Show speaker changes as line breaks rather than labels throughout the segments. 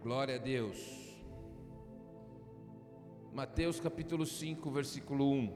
Glória a Deus. Mateus capítulo 5, versículo 1.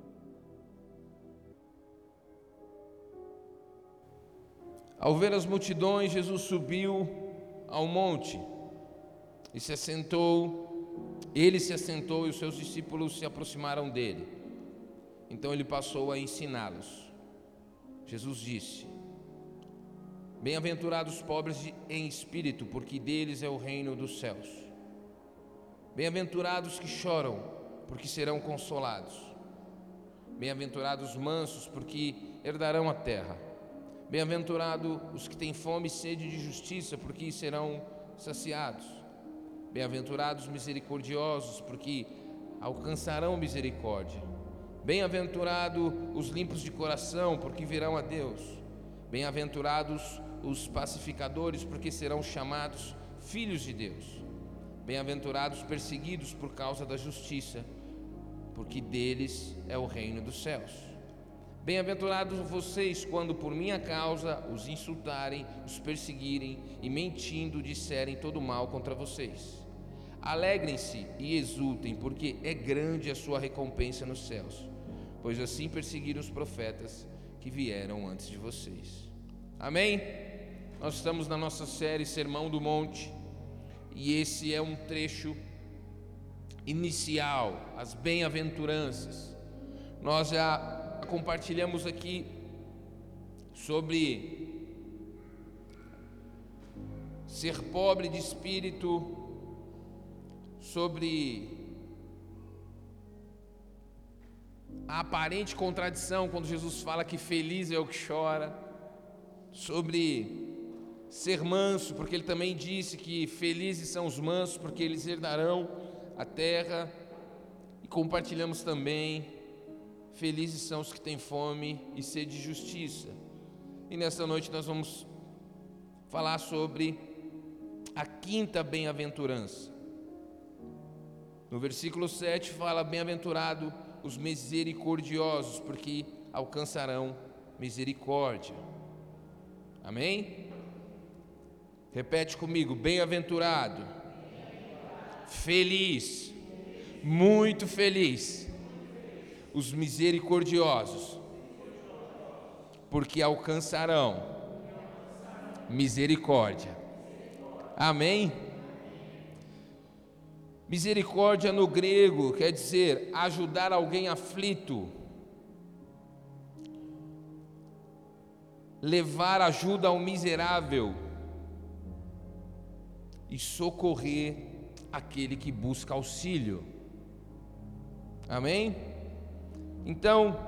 Ao ver as multidões, Jesus subiu ao monte e se assentou. Ele se assentou e os seus discípulos se aproximaram dele. Então ele passou a ensiná-los. Jesus disse: Bem-aventurados os pobres em espírito, porque deles é o reino dos céus. Bem-aventurados que choram, porque serão consolados. Bem-aventurados os mansos, porque herdarão a terra. Bem-aventurados os que têm fome e sede de justiça, porque serão saciados. Bem-aventurados os misericordiosos, porque alcançarão misericórdia. Bem-aventurados os limpos de coração, porque verão a Deus. Bem-aventurados os pacificadores, porque serão chamados filhos de Deus. Bem-aventurados os perseguidos por causa da justiça, porque deles é o reino dos céus. Bem-aventurados vocês quando por minha causa os insultarem, os perseguirem e mentindo disserem todo mal contra vocês. Alegrem-se e exultem, porque é grande a sua recompensa nos céus, pois assim perseguiram os profetas que vieram antes de vocês. Amém? Nós estamos na nossa série Sermão do Monte, e esse é um trecho inicial, as bem-aventuranças. Nós já compartilhamos aqui sobre ser pobre de espírito, sobre a aparente contradição quando Jesus fala que feliz é o que chora, sobre ser manso, porque ele também disse que felizes são os mansos, porque eles herdarão a terra. E compartilhamos também: felizes são os que têm fome e sede de justiça. E nessa noite nós vamos falar sobre a quinta bem-aventurança. No versículo 7 fala: bem-aventurado os misericordiosos, porque alcançarão misericórdia. Amém? Repete comigo: bem-aventurado, feliz, muito feliz os misericordiosos, porque alcançarão misericórdia. Amém? Misericórdia no grego quer dizer ajudar alguém aflito, levar ajuda ao miserável e socorrer aquele que busca auxílio. Amém? Então,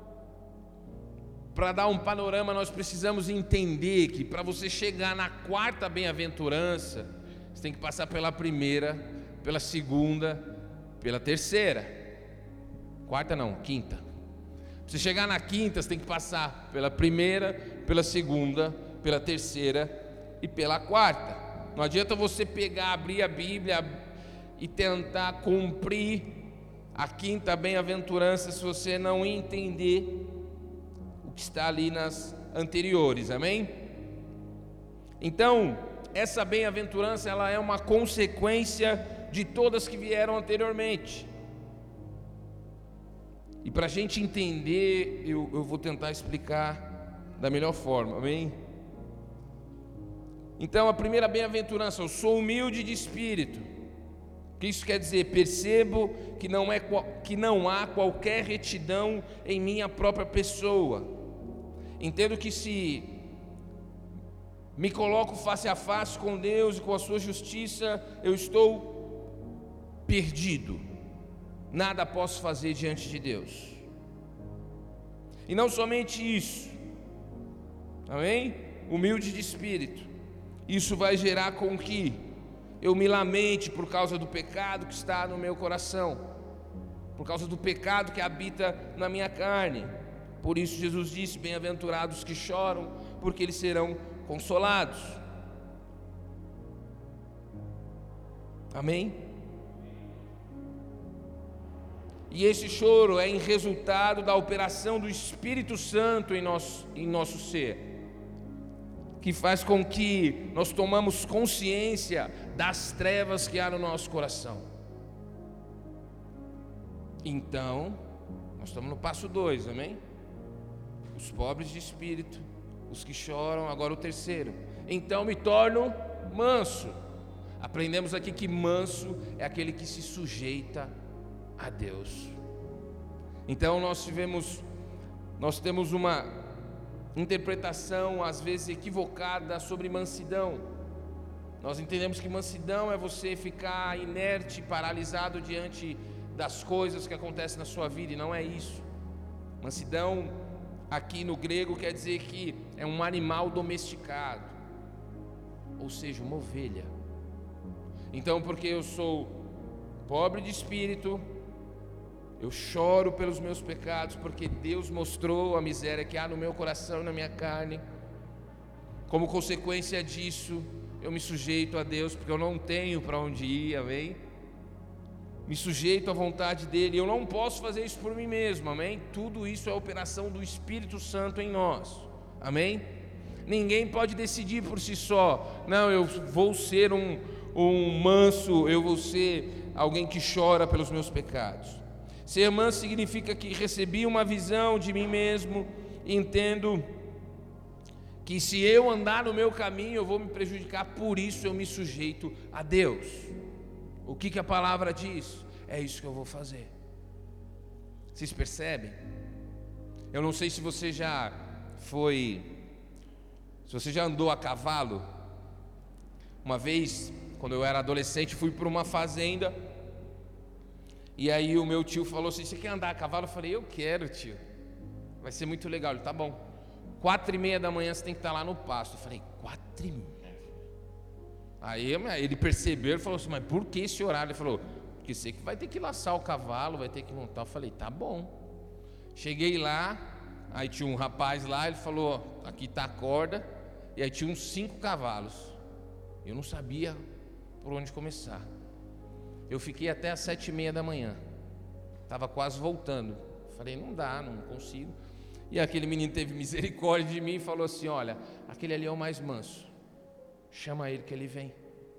para dar um panorama, nós precisamos entender que para você chegar na quarta bem-aventurança, você tem que passar pela primeira, pela segunda, pela terceira. Quarta não, quinta. Para você chegar na quinta, você tem que passar pela primeira, pela segunda, pela terceira e pela quarta. Não adianta você pegar, abrir a Bíblia e tentar cumprir a quinta bem-aventurança se você não entender o que está ali nas anteriores. Amém? Então, essa bem-aventurança, ela é uma consequência de todas que vieram anteriormente. E para a gente entender, eu vou tentar explicar da melhor forma. Amém? Então, a primeira bem-aventurança: eu sou humilde de espírito. O que isso quer dizer? Percebo que não há qualquer retidão em minha própria pessoa. Entendo que se me coloco face a face com Deus e com a sua justiça, eu estou perdido. Nada posso fazer diante de Deus. E não somente isso. Amém? Humilde de espírito. Isso vai gerar com que eu me lamente por causa do pecado que está no meu coração, por causa do pecado que habita na minha carne. Por isso Jesus disse: bem-aventurados que choram, porque eles serão consolados. Amém? E esse choro é em resultado da operação do Espírito Santo em nosso ser. que faz com que nós tomamos consciência das trevas que há no nosso coração. Então, nós estamos no passo 2, amém? Os pobres de espírito, os que choram, agora o terceiro. Então me torno manso. Aprendemos aqui que manso é aquele que se sujeita a Deus. Então nós temos uma interpretação às vezes equivocada sobre mansidão. Nós entendemos que mansidão é você ficar inerte, paralisado diante das coisas que acontecem na sua vida, e não é isso. Mansidão aqui no grego quer dizer que é um animal domesticado, ou seja, uma ovelha. Então, porque eu sou pobre de espírito, eu choro pelos meus pecados, porque Deus mostrou a miséria que há no meu coração e na minha carne. Como consequência disso, eu me sujeito a Deus, porque eu não tenho para onde ir, amém? Me sujeito à vontade dEle, eu não posso fazer isso por mim mesmo, amém? Tudo isso é a operação do Espírito Santo em nós, amém? Ninguém pode decidir por si só, não, eu vou ser um manso, eu vou ser alguém que chora pelos meus pecados. Ser manso significa que recebi uma visão de mim mesmo, e entendo que se eu andar no meu caminho eu vou me prejudicar, por isso eu me sujeito a Deus. O que a palavra diz? É isso que eu vou fazer. Vocês percebem? Eu não sei se você já andou a cavalo. Uma vez, quando eu era adolescente, fui para uma fazenda, e aí o meu tio falou assim: você quer andar a cavalo? Eu falei: eu quero, tio, vai ser muito legal. Ele: tá bom, 4:30 da manhã você tem que estar lá no pasto. Eu falei: 4:30? Aí ele percebeu, ele falou assim: mas por que esse horário? Ele falou: porque você que vai ter que laçar o cavalo, vai ter que montar. Eu falei: tá bom. Cheguei lá, aí tinha um rapaz lá, ele falou: aqui está a corda, e aí tinha uns 5 cavalos. Eu não sabia por onde começar. Eu fiquei até às 7:30 da manhã, estava quase voltando. Falei: não dá, não consigo. E aquele menino teve misericórdia de mim e falou assim: olha, aquele ali é o mais manso, chama ele que ele vem,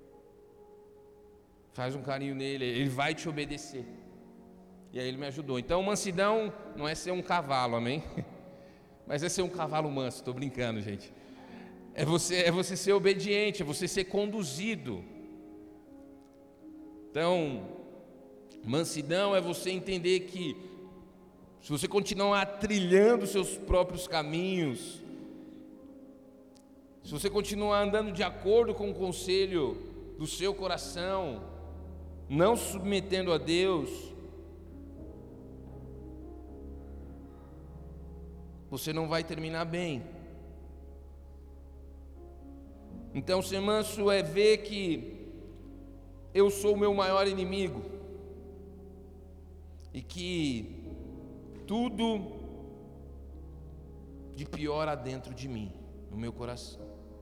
faz um carinho nele, ele vai te obedecer. E aí ele me ajudou. Então mansidão não é ser um cavalo, amém? Mas é ser um cavalo manso. Estou brincando, gente. É você ser obediente, é você ser conduzido. Então, mansidão é você entender que se você continuar trilhando seus próprios caminhos, se você continuar andando de acordo com o conselho do seu coração, não submetendo a Deus, você não vai terminar bem. Então, ser manso é ver que eu sou o meu maior inimigo e que tudo de pior há dentro de mim, no meu coração.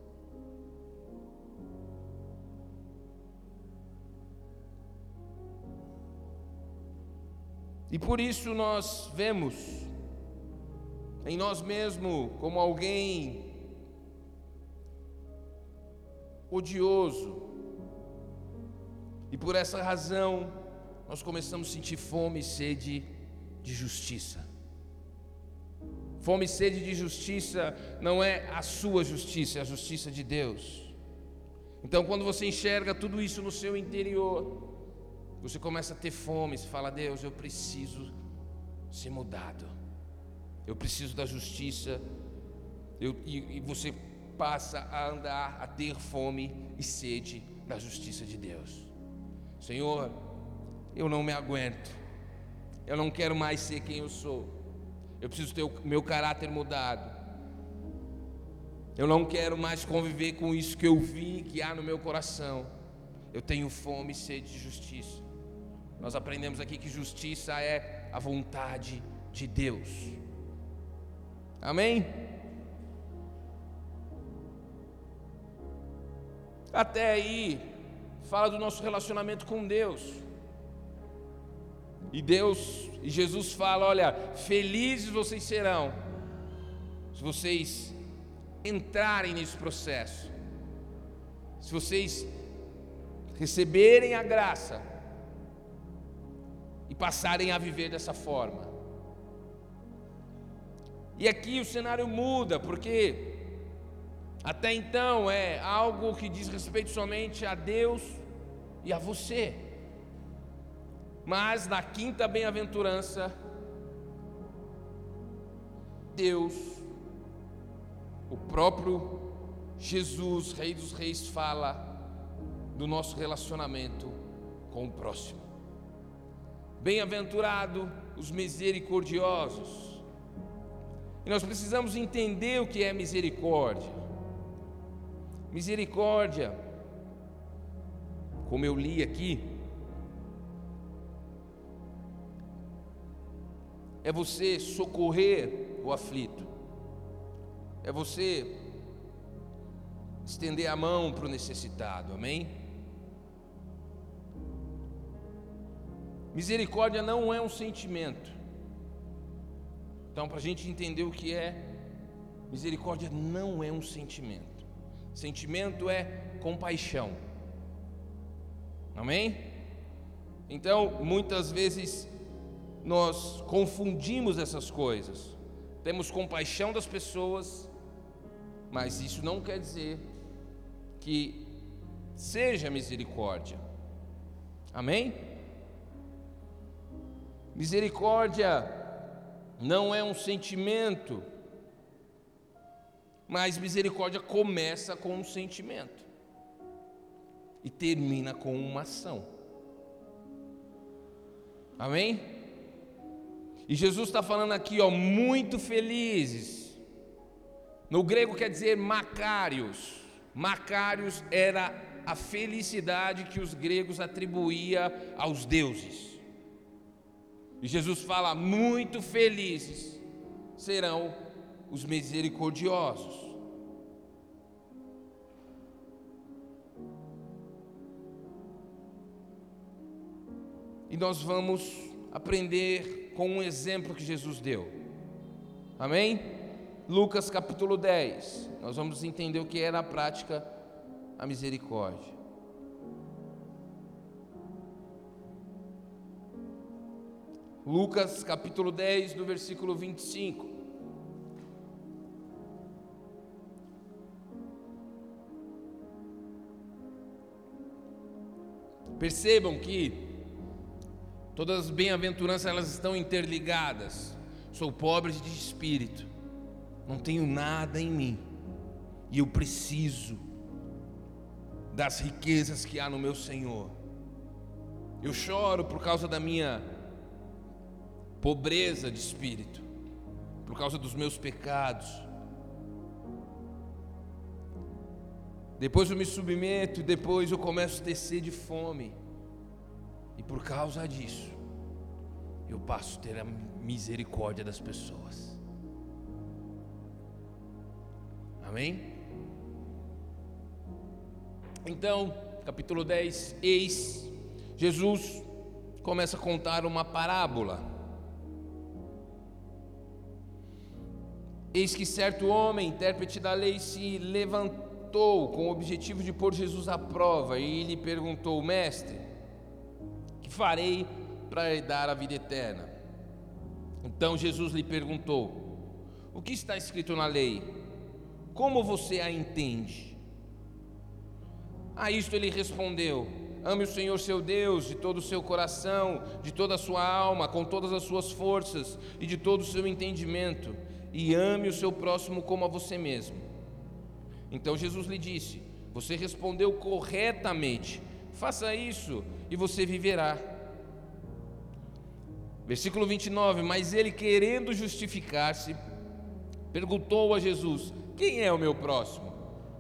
E por isso nós vemos em nós mesmos como alguém odioso, e por essa razão nós começamos a sentir fome e sede de justiça. Fome e sede de justiça não é a sua justiça, é a justiça de Deus. Então, quando você enxerga tudo isso no seu interior, você começa a ter fome, você fala: Deus, eu preciso ser mudado, eu preciso da justiça, e você passa a andar, a ter fome e sede da justiça de Deus. Senhor, eu não me aguento, eu não quero mais ser quem eu sou, eu preciso ter o meu caráter mudado, eu não quero mais conviver com isso que eu vi que há no meu coração. Eu tenho fome e sede de justiça. Nós aprendemos aqui que justiça é a vontade de Deus. Amém? Até aí fala do nosso relacionamento com Deus. E Jesus fala: olha, felizes vocês serão se vocês entrarem nesse processo, se vocês receberem a graça e passarem a viver dessa forma. E aqui o cenário muda, porque até então é algo que diz respeito somente a Deus e a você. Mas na quinta bem-aventurança, Deus, o próprio Jesus, Rei dos Reis, fala do nosso relacionamento com o próximo. Bem-aventurado os misericordiosos. E nós precisamos entender o que é misericórdia. Misericórdia, como eu li aqui, é você socorrer o aflito, é você estender a mão para o necessitado, amém? Misericórdia não é um sentimento. Então, para a gente entender o que é, misericórdia não é um sentimento. Sentimento é compaixão, amém? Então, muitas vezes nós confundimos essas coisas. Temos compaixão das pessoas, mas isso não quer dizer que seja misericórdia, amém? Misericórdia não é um sentimento, mas misericórdia começa com um sentimento e termina com uma ação, amém? E Jesus está falando aqui, muito felizes. No grego quer dizer macários. Macários era a felicidade que os gregos atribuíam aos deuses. E Jesus fala: muito felizes serão os misericordiosos. E nós vamos aprender com um exemplo que Jesus deu, amém? Lucas capítulo 10, nós vamos entender o que é na prática a misericórdia. Lucas capítulo 10, do versículo 25. Percebam que todas as bem-aventuranças, elas estão interligadas. Sou pobre de espírito, não tenho nada em mim, e eu preciso das riquezas que há no meu Senhor. Eu choro por causa da minha pobreza de espírito, por causa dos meus pecados. Depois eu me submeto, e depois eu começo a ter sede de fome, e por causa disso eu passo a ter a misericórdia das pessoas, amém? Então, capítulo 10, Jesus começa a contar uma parábola. Eis que certo homem, intérprete da lei, se levantou com o objetivo de pôr Jesus à prova, e lhe perguntou: mestre, que farei para herdar a vida eterna? Então Jesus lhe perguntou: o que está escrito na lei? Como você a entende? A isto ele respondeu: ame o Senhor seu Deus de todo o seu coração, de toda a sua alma, com todas as suas forças e de todo o seu entendimento, e ame o seu próximo como a você mesmo. Então Jesus lhe disse: você respondeu corretamente, faça isso e você viverá. Versículo 29, mas ele, querendo justificar-se, perguntou a Jesus: quem é o meu próximo?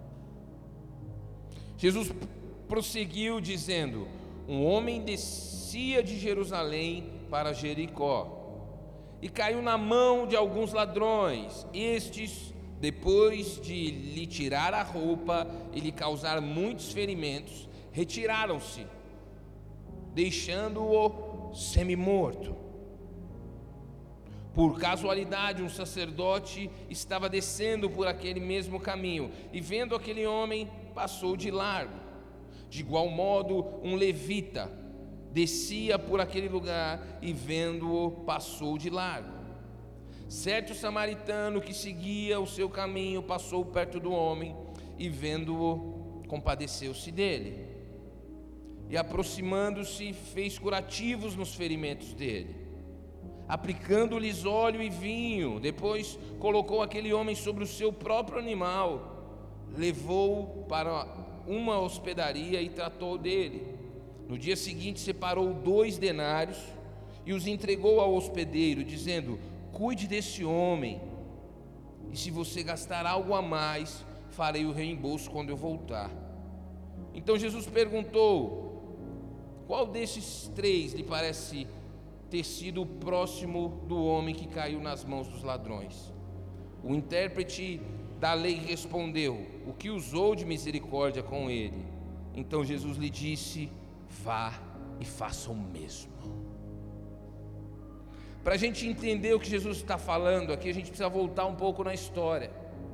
Jesus prosseguiu dizendo: um homem descia de Jerusalém para Jericó e caiu na mão de alguns ladrões. Estes, depois de lhe tirar a roupa e lhe causar muitos ferimentos, retiraram-se, deixando-o semi-morto. Por casualidade, um sacerdote estava descendo por aquele mesmo caminho e, vendo aquele homem, passou de largo. De igual modo, um levita descia por aquele lugar e, vendo-o, passou de largo. Certo samaritano que seguia o seu caminho passou perto do homem e, vendo-o, compadeceu-se dele. E, aproximando-se, fez curativos nos ferimentos dele, aplicando-lhes óleo e vinho. Depois colocou aquele homem sobre o seu próprio animal, levou-o para uma hospedaria e tratou dele. No dia seguinte separou 2 denários e os entregou ao hospedeiro, dizendo: cuide desse homem, e se você gastar algo a mais, farei o reembolso quando eu voltar. Então Jesus perguntou: qual desses 3 lhe parece ter sido próximo do homem que caiu nas mãos dos ladrões? O intérprete da lei respondeu: o que usou de misericórdia com ele. Então Jesus lhe disse: vá e faça o mesmo. Para a gente entender o que Jesus está falando aqui, a gente precisa voltar um pouco na história.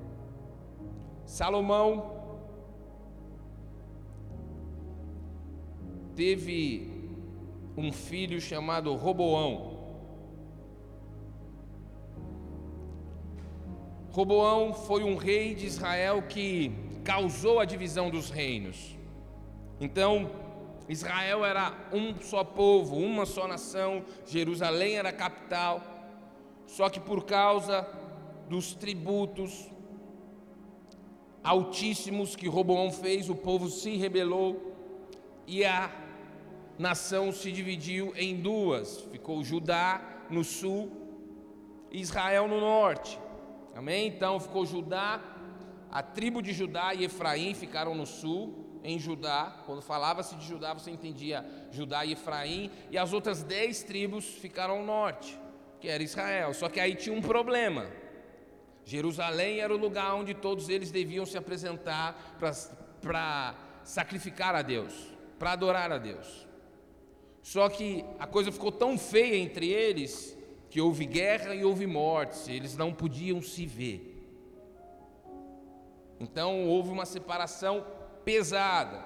Salomão teve um filho chamado Roboão. Roboão foi um rei de Israel que causou a divisão dos reinos. Então, Israel era um só povo, uma só nação, Jerusalém era a capital. Só que por causa dos tributos altíssimos que Roboão fez, o povo se rebelou e a nação se dividiu em 2. Ficou Judá no sul e Israel no norte. Amém? Então ficou Judá, a tribo de Judá e Efraim ficaram no sul, em Judá. Quando falava-se de Judá, você entendia Judá e Efraim, e as outras 10 tribos ficaram no norte, que era Israel. Só que aí tinha um problema. Jerusalém era o lugar onde todos eles deviam se apresentar para sacrificar a Deus, para adorar a Deus. Só que a coisa ficou tão feia entre eles que houve guerra e houve mortes, eles não podiam se ver. Então houve uma separação pesada.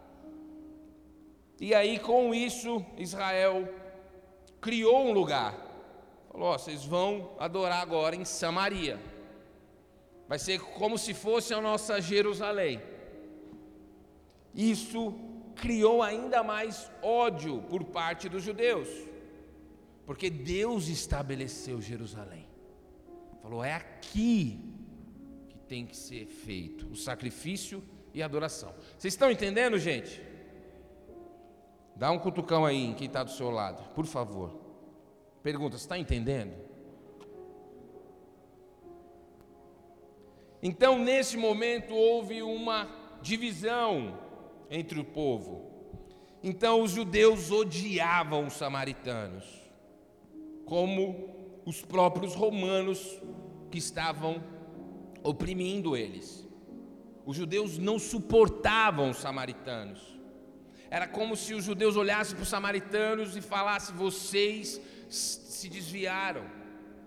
E aí, com isso, Israel criou um lugar. Falou: vocês vão adorar agora em Samaria. Vai ser como se fosse a nossa Jerusalém. Isso criou ainda mais ódio por parte dos judeus, porque Deus estabeleceu Jerusalém. Falou: é aqui que tem que ser feito o sacrifício e a adoração. Vocês estão entendendo, gente? Dá um cutucão aí em quem está do seu lado, por favor. Pergunta: você está entendendo? Então, nesse momento, houve uma divisão entre o povo. Então, os judeus odiavam os samaritanos, como os próprios romanos que estavam oprimindo eles. Os judeus não suportavam os samaritanos. Era como se os judeus olhassem para os samaritanos e falassem: vocês se desviaram.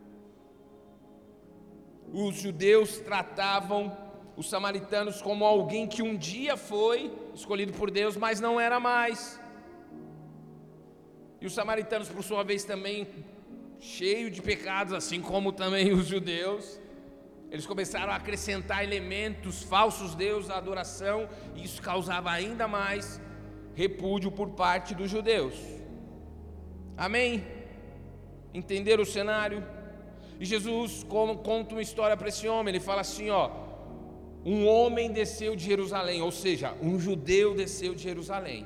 Os judeus tratavam os samaritanos como alguém que um dia foi escolhido por Deus, mas não era mais. E os samaritanos, por sua vez, também cheios de pecados, assim como também os judeus, eles começaram a acrescentar elementos, falsos deuses à adoração, e isso causava ainda mais repúdio por parte dos judeus. Amém? Entenderam o cenário? E Jesus conta uma história para esse homem. Ele fala assim: um homem desceu de Jerusalém, ou seja, um judeu desceu de Jerusalém,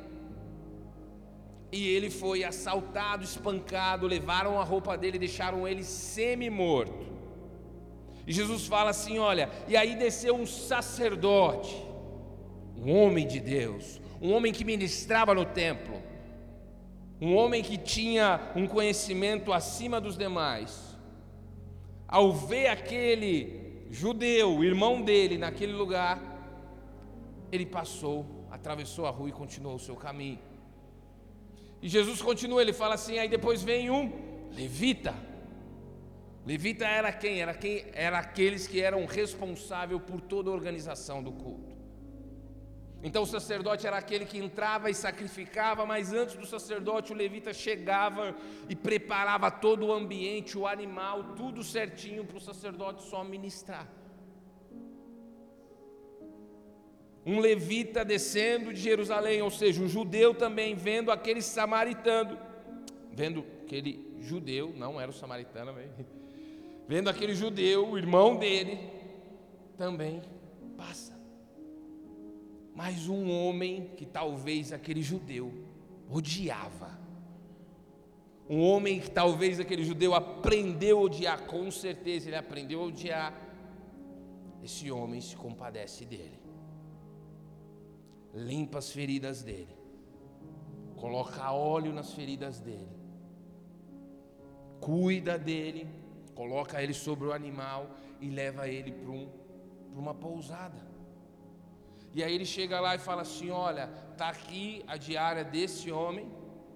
e ele foi assaltado, espancado, levaram a roupa dele e deixaram ele semi-morto. E Jesus fala assim: olha, e aí desceu um sacerdote, um homem de Deus, um homem que ministrava no templo, um homem que tinha um conhecimento acima dos demais. Ao ver aquele judeu, o irmão dele, naquele lugar, ele passou, atravessou a rua e continuou o seu caminho. E Jesus continua, ele fala assim: aí depois vem um levita. Levita era quem? Era aqueles que eram responsáveis por toda a organização do culto. Então o sacerdote era aquele que entrava e sacrificava, mas antes do sacerdote o levita chegava e preparava todo o ambiente, o animal, tudo certinho para o sacerdote só ministrar. Um levita descendo de Jerusalém, ou seja, um judeu também, vendo aquele samaritano, vendo aquele judeu, não era o samaritano, vendo aquele judeu, o irmão dele, também passa. Mas um homem que talvez aquele judeu odiava, um homem que talvez aquele judeu aprendeu a odiar, com certeza ele aprendeu a odiar, esse homem se compadece dele, limpa as feridas dele, coloca óleo nas feridas dele, cuida dele, coloca ele sobre o animal e leva ele para uma pousada. E aí ele chega lá e fala assim: olha, está aqui a diária desse homem,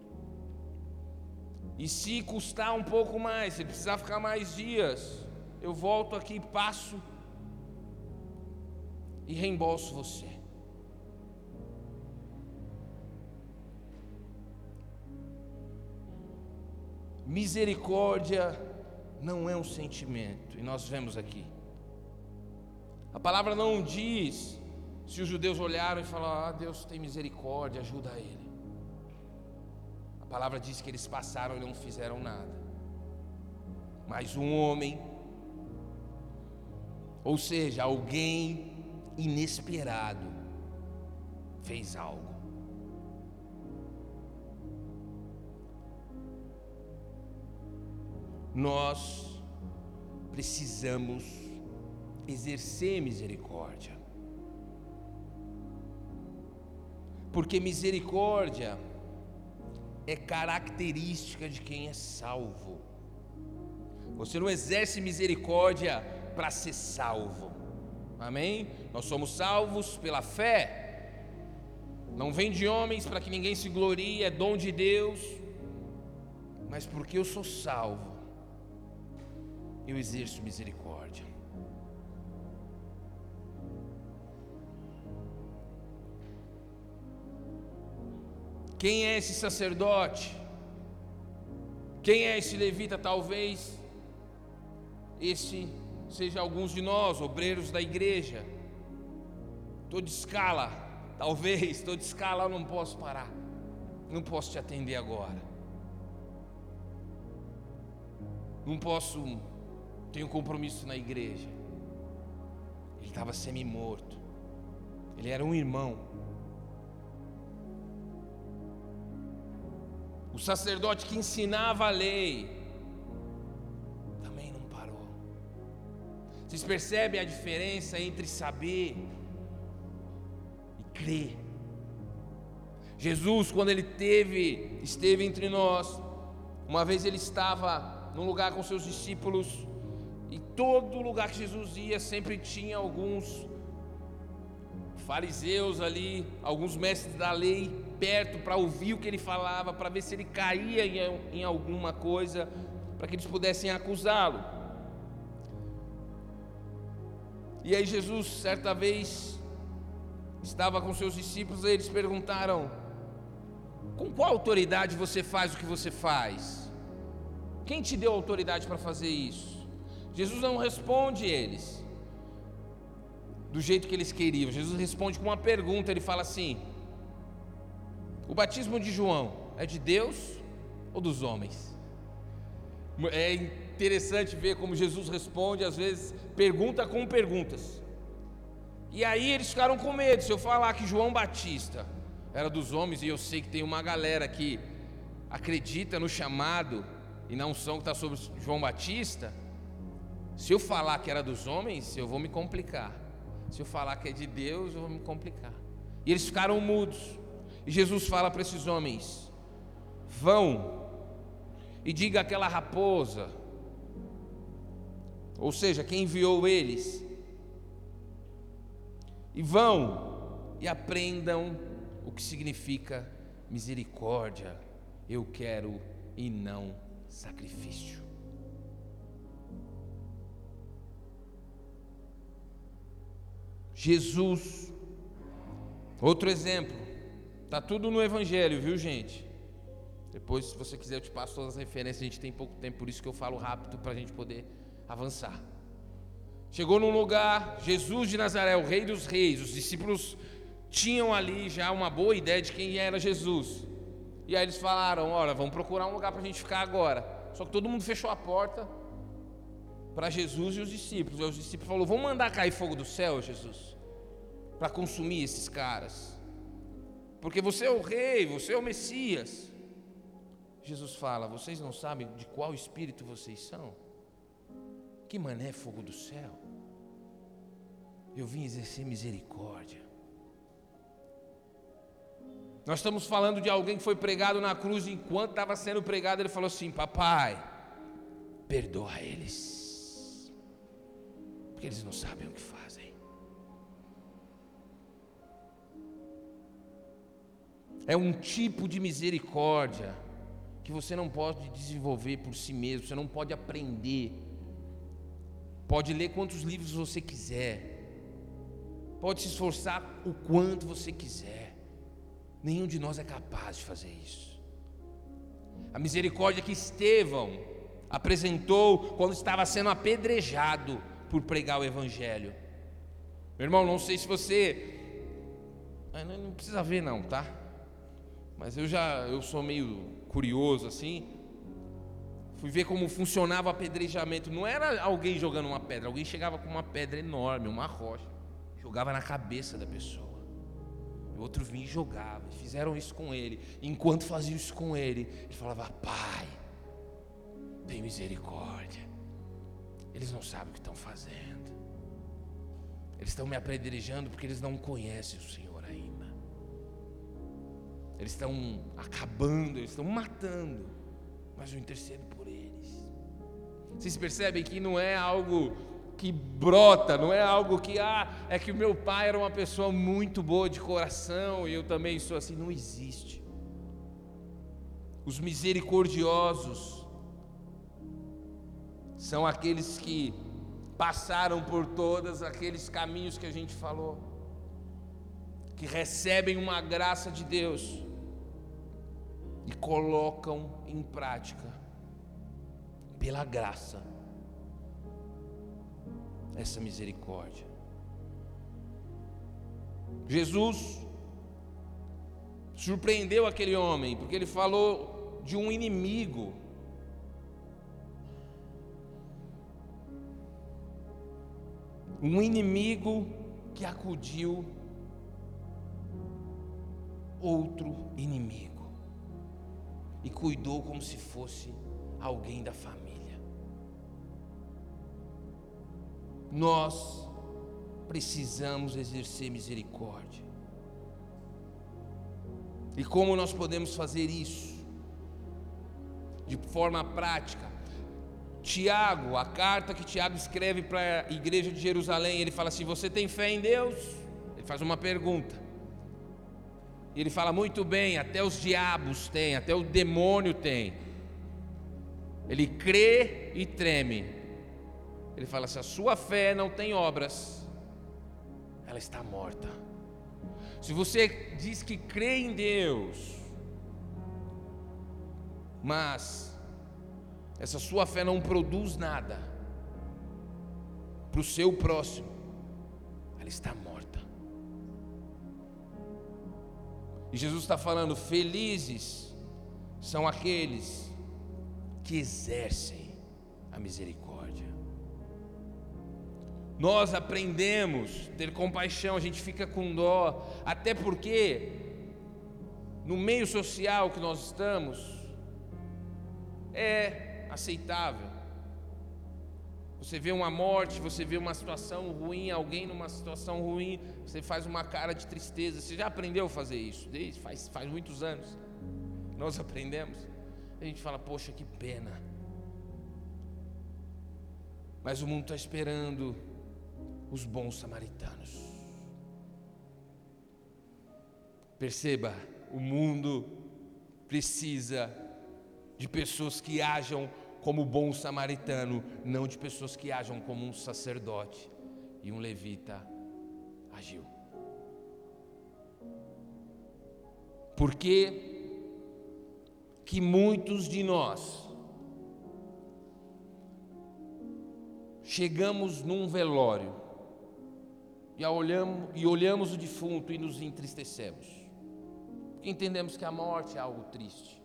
e se custar um pouco mais, se precisar ficar mais dias, eu volto aqui, passo e reembolso você. Misericórdia não é um sentimento, e nós vemos aqui, a palavra não diz se os judeus olharam e falaram: ah, Deus tem misericórdia, ajuda ele. A palavra diz que eles passaram e não fizeram nada. Mas um homem, ou seja, alguém inesperado, fez algo. Nós precisamos exercer misericórdia, porque misericórdia é característica de quem é salvo. Você não exerce misericórdia para ser salvo, amém? Nós somos salvos pela fé, não vem de homens para que ninguém se glorie, é dom de Deus. Mas porque eu sou salvo, eu exerço misericórdia. Quem é esse sacerdote? Quem é esse levita? Talvez esse seja alguns de nós, obreiros da igreja. Estou de escala, talvez, estou de escala, eu não posso parar, não posso te atender agora, não posso, tenho compromisso na igreja. Ele estava semi-morto, ele era um irmão. O sacerdote que ensinava a lei também não parou. Vocês percebem a diferença entre saber e crer? Jesus, quando ele esteve entre nós, uma vez ele estava num lugar com seus discípulos, e todo lugar que Jesus ia sempre tinha alguns fariseus ali, alguns mestres da lei perto para ouvir o que ele falava, para ver se ele caía em alguma coisa, para que eles pudessem acusá-lo. E aí Jesus, certa vez, estava com seus discípulos, e eles perguntaram: com qual autoridade você faz o que você faz? Quem te deu autoridade para fazer isso? Jesus não responde eles do jeito que eles queriam. Jesus responde com uma pergunta. Ele fala assim: o batismo de João é de Deus ou dos homens? É interessante ver como Jesus responde, às vezes pergunta com perguntas. E aí eles ficaram com medo. Se eu falar que João Batista era dos homens, e eu sei que tem uma galera que acredita no chamado e na unção que está sobre João Batista, se eu falar que era dos homens, eu vou me complicar. Se eu falar que é de Deus, eu vou me complicar. E eles ficaram mudos. E Jesus fala para esses homens: vão e diga àquela raposa, ou seja, quem enviou eles, e vão e aprendam o que significa misericórdia. Eu quero e não sacrifício. Jesus. Outro exemplo, está tudo no Evangelho, viu, gente? Depois, se você quiser, eu te passo todas as referências. A gente tem pouco tempo, por isso que eu falo rápido, para a gente poder avançar. Chegou num lugar, Jesus de Nazaré, o Rei dos Reis. Os discípulos tinham ali já uma boa ideia de quem era Jesus. E aí eles falaram: olha, vamos procurar um lugar para a gente ficar agora. Só que todo mundo fechou a porta para Jesus e os discípulos. Aí os discípulos falaram: vamos mandar cair fogo do céu, Jesus, para consumir esses caras, porque você é o Rei, você é o Messias. Jesus fala: vocês não sabem de qual espírito vocês são? Que mané fogo do céu? Eu vim exercer misericórdia. Nós estamos falando de alguém que foi pregado na cruz. Enquanto estava sendo pregado, ele falou assim: papai, perdoa eles, porque eles não sabem o que fazem. É um tipo de misericórdia que você não pode desenvolver por si mesmo, você não pode aprender. Pode ler quantos livros você quiser, pode se esforçar o quanto você quiser, nenhum de nós é capaz de fazer isso. A misericórdia que Estevão apresentou quando estava sendo apedrejado por pregar o Evangelho. Meu irmão, não sei se você, não precisa ver não, tá? Mas eu sou meio curioso assim. Fui ver como funcionava o apedrejamento. Não era alguém jogando uma pedra, alguém chegava com uma pedra enorme, uma rocha, jogava na cabeça da pessoa. O outro vinha e jogava. Fizeram isso com ele. Enquanto faziam isso com ele, ele falava: pai, tem misericórdia. Eles não sabem o que estão fazendo. Eles estão me apedrejando porque eles não conhecem o Senhor ainda. Eles estão acabando, eles estão matando, mas eu intercedo por eles. Vocês percebem que não é algo que brota, não é algo que é que o meu pai era uma pessoa muito boa de coração e eu também sou assim. Não existe. Os misericordiosos são aqueles que passaram por todos aqueles caminhos que a gente falou, que recebem uma graça de Deus e colocam em prática, pela graça, essa misericórdia. Jesus surpreendeu aquele homem, porque ele falou de um inimigo. Um inimigo que acudiu outro inimigo e cuidou como se fosse alguém da família. Nós precisamos exercer misericórdia. E como nós podemos fazer isso? De forma prática. Tiago, a carta que Tiago escreve para a igreja de Jerusalém, ele fala assim: você tem fé em Deus? Ele faz uma pergunta. E ele fala: muito bem, até os diabos têm, até o demônio tem. Ele crê e treme. Ele fala: se a sua fé não tem obras, ela está morta. Se você diz que crê em Deus, mas essa sua fé não produz nada para o seu próximo, ela está morta. E Jesus está falando: felizes são aqueles que exercem a misericórdia. Nós aprendemos a ter compaixão, a gente fica com dó, até porque no meio social que nós estamos é aceitável. Você vê uma morte, você vê uma situação ruim, alguém numa situação ruim, você faz uma cara de tristeza. Você já aprendeu a fazer isso? Desde faz muitos anos nós aprendemos. A gente fala: poxa, que pena. Mas o mundo está esperando os bons samaritanos. Perceba, o mundo precisa de pessoas que ajam como bom samaritano, não de pessoas que ajam como um sacerdote e um levita agiu. Porque que muitos de nós chegamos num velório e olhamos o defunto e nos entristecemos, porque entendemos que a morte é algo triste.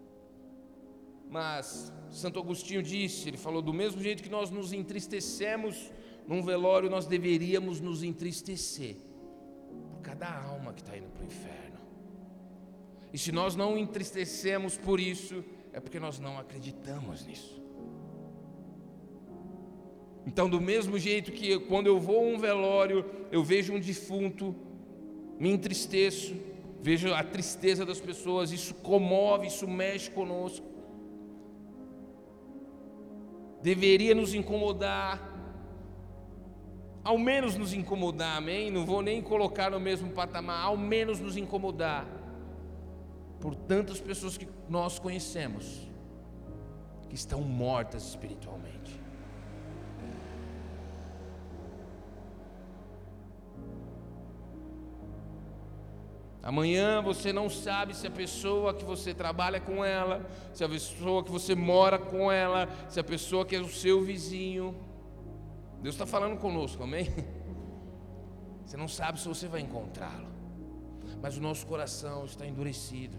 Mas Santo Agostinho disse, ele falou, do mesmo jeito que nós nos entristecemos num velório, nós deveríamos nos entristecer por cada alma que está indo para o inferno. E se nós não entristecemos por isso, é porque nós não acreditamos nisso. Então, do mesmo jeito que quando eu vou a um velório, eu vejo um defunto, me entristeço, vejo a tristeza das pessoas, isso comove, isso mexe conosco. Deveria nos incomodar, ao menos nos incomodar, amém? Não vou nem colocar no mesmo patamar, ao menos nos incomodar, por tantas pessoas que nós conhecemos, que estão mortas espiritualmente. Amanhã você não sabe se a pessoa que você trabalha com ela, se a pessoa que você mora com ela, se a pessoa que é o seu vizinho, Deus está falando conosco, amém? Você não sabe se você vai encontrá-lo, mas o nosso coração está endurecido,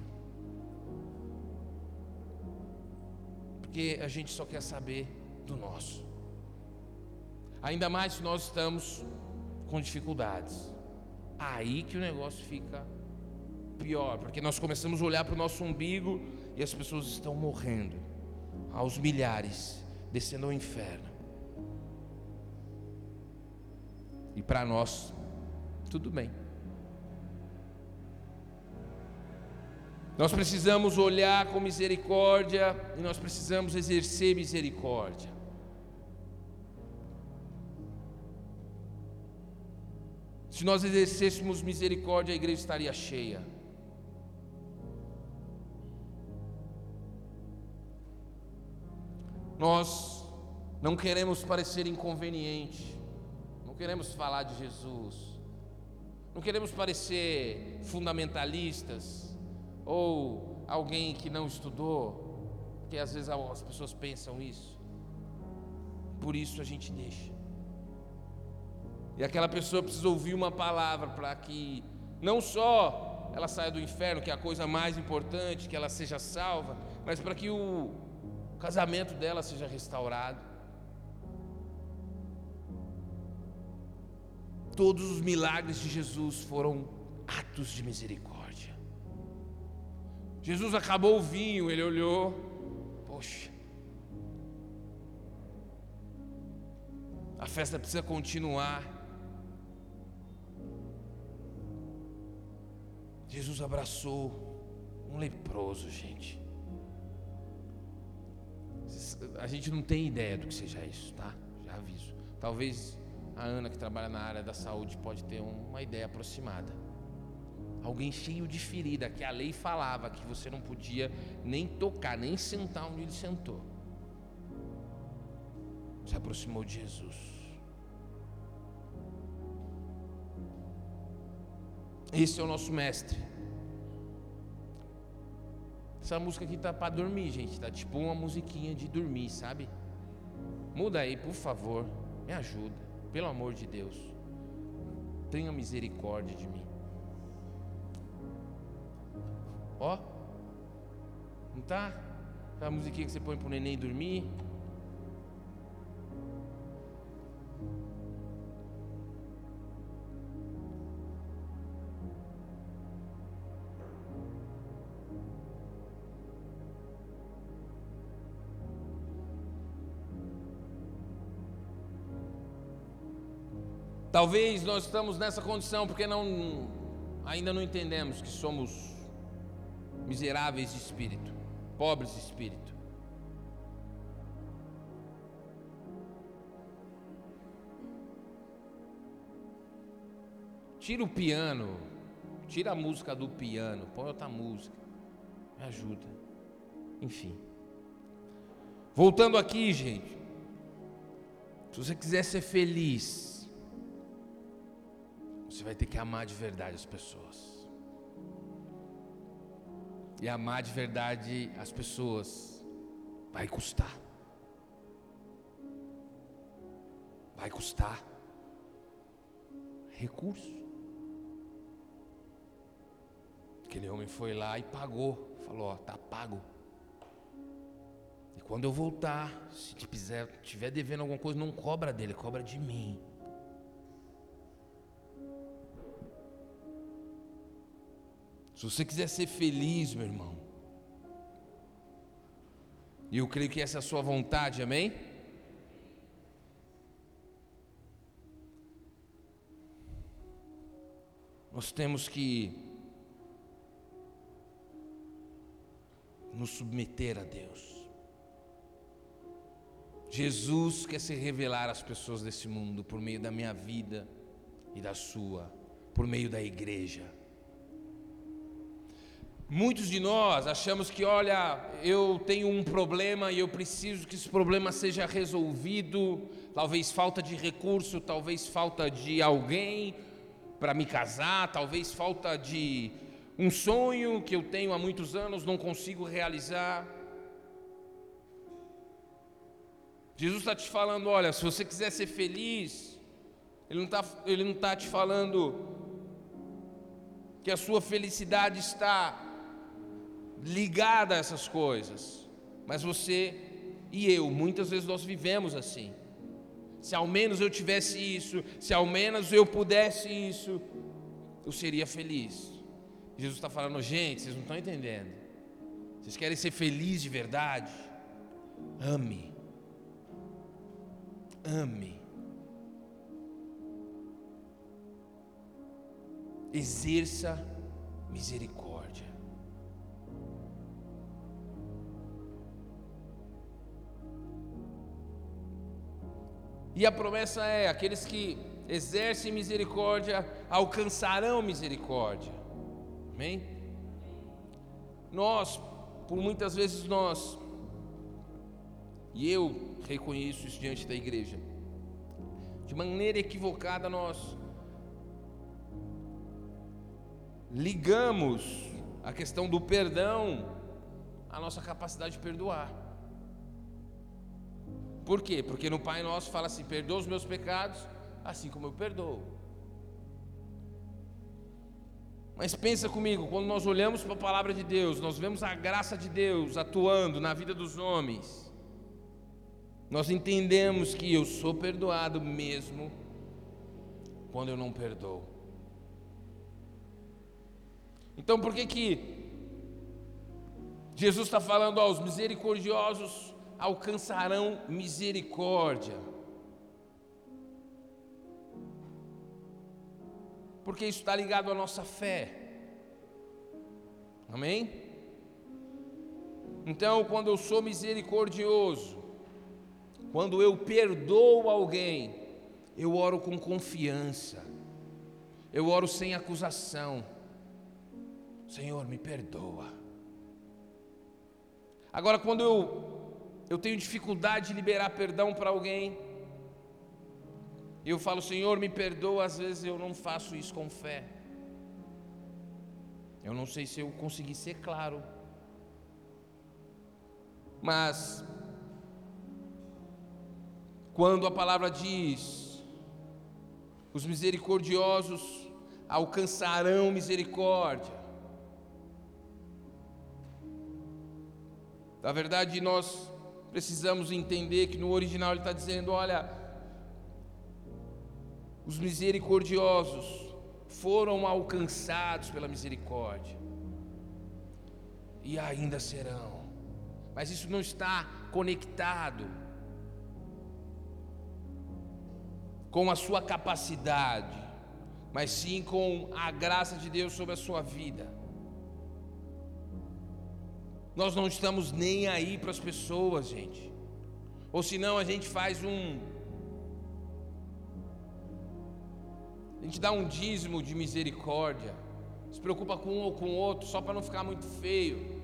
porque a gente só quer saber do nosso, ainda mais se nós estamos com dificuldades, aí que o negócio fica pior, porque nós começamos a olhar para o nosso umbigo e as pessoas estão morrendo aos milhares, descendo ao inferno, e para nós tudo bem. Nós precisamos olhar com misericórdia e nós precisamos exercer misericórdia. Se nós exercêssemos misericórdia, a igreja estaria cheia. Nós não queremos parecer inconveniente, não queremos falar de Jesus, não queremos parecer fundamentalistas ou alguém que não estudou, porque às vezes as pessoas pensam isso. Por isso a gente deixa. E aquela pessoa precisa ouvir uma palavra para que não só ela saia do inferno, que é a coisa mais importante, que ela seja salva, mas para que o casamento dela seja restaurado. Todos os milagres de Jesus foram atos de misericórdia. Jesus acabou o vinho, ele olhou, poxa, a festa precisa continuar. Jesus abraçou um leproso, gente. A gente não tem ideia do que seja isso, tá? Já aviso. Talvez a Ana, que trabalha na área da saúde, pode ter uma ideia aproximada. Alguém cheio de ferida, que a lei falava que você não podia nem tocar, nem sentar onde ele sentou, se aproximou de Jesus. Esse é o nosso mestre. Essa música aqui tá para dormir, gente. Tá tipo uma musiquinha de dormir, sabe? Muda aí, por favor. Me ajuda, pelo amor de Deus. Tenha misericórdia de mim. Ó, não tá? A musiquinha que você põe pro neném dormir. Talvez nós estamos nessa condição porque ainda não entendemos que somos miseráveis de espírito, pobres de espírito. Tira o piano, tira a música do piano, põe outra música, me ajuda. Enfim, voltando aqui, gente, se você quiser ser feliz, você você vai ter que amar de verdade as pessoas. E amar de verdade as pessoas vai custar. Vai custar recurso. Aquele homem foi lá e pagou. Falou, ó, tá pago. E quando eu voltar, se tiver devendo alguma coisa, não cobra dele, cobra de mim. Se você quiser ser feliz, meu irmão, e eu creio que essa é a sua vontade, amém? Nós temos que nos submeter a Deus. Jesus quer se revelar às pessoas desse mundo por meio da minha vida e da sua, por meio da igreja. Muitos de nós achamos que, olha, eu tenho um problema e eu preciso que esse problema seja resolvido. Talvez falta de recurso, talvez falta de alguém para me casar, talvez falta de um sonho que eu tenho há muitos anos, não consigo realizar. Jesus está te falando, olha, se você quiser ser feliz, Ele não está te falando que a sua felicidade está ligada a essas coisas, mas você e eu, muitas vezes nós vivemos assim. Se ao menos eu tivesse isso, se ao menos eu pudesse isso, eu seria feliz. Jesus está falando, gente, vocês não estão entendendo. Vocês querem ser felizes de verdade? Ame. Ame. Exerça misericórdia. E a promessa é: aqueles que exercem misericórdia alcançarão misericórdia. Amém? Por muitas vezes e eu reconheço isso diante da igreja, de maneira equivocada nós ligamos a questão do perdão à nossa capacidade de perdoar. Por quê? Porque no Pai Nosso fala assim: perdoa os meus pecados, assim como eu perdoo. Mas pensa comigo, quando nós olhamos para a palavra de Deus, nós vemos a graça de Deus atuando na vida dos homens, nós entendemos que eu sou perdoado mesmo quando eu não perdoo. Então por que Jesus está falando, os misericordiosos alcançarão misericórdia? Porque isso está ligado à nossa fé. Amém? Então, quando eu sou misericordioso, quando eu perdoo alguém, eu oro com confiança, eu oro sem acusação. Senhor, me perdoa. Agora, quando eu tenho dificuldade de liberar perdão para alguém, eu falo, Senhor, me perdoa. Às vezes eu não faço isso com fé. Eu não sei se eu consegui ser claro, mas quando a palavra diz, os misericordiosos alcançarão misericórdia, na verdade nós precisamos entender que no original ele está dizendo, olha, os misericordiosos foram alcançados pela misericórdia e ainda serão, mas isso não está conectado com a sua capacidade, mas sim com a graça de Deus sobre a sua vida. Nós não estamos nem aí para as pessoas, gente, ou senão a gente a gente dá um dízimo de misericórdia, se preocupa com um ou com o outro, só para não ficar muito feio.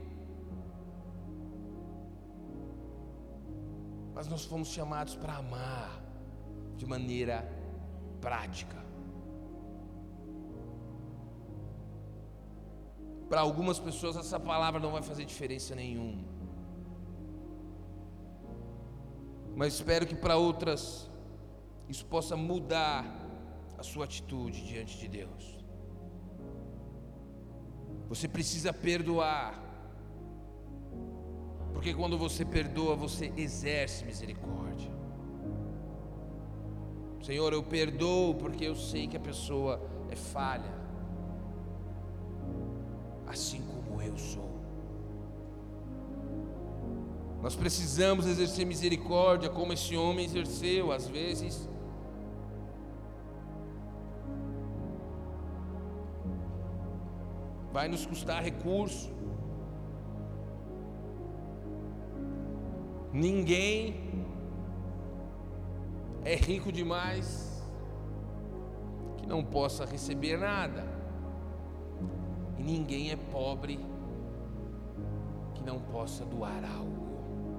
Mas nós fomos chamados para amar de maneira prática. Para algumas pessoas essa palavra não vai fazer diferença nenhuma, mas espero que para outras isso possa mudar a sua atitude diante de Deus. Você precisa perdoar, porque quando você perdoa, você exerce misericórdia. Senhor, eu perdoo porque eu sei que a pessoa é falha, assim como eu sou. Nós precisamos exercer misericórdia como esse homem exerceu. Às vezes vai nos custar recurso. Ninguém é rico demais que não possa receber nada, e ninguém é pobre que não possa doar algo.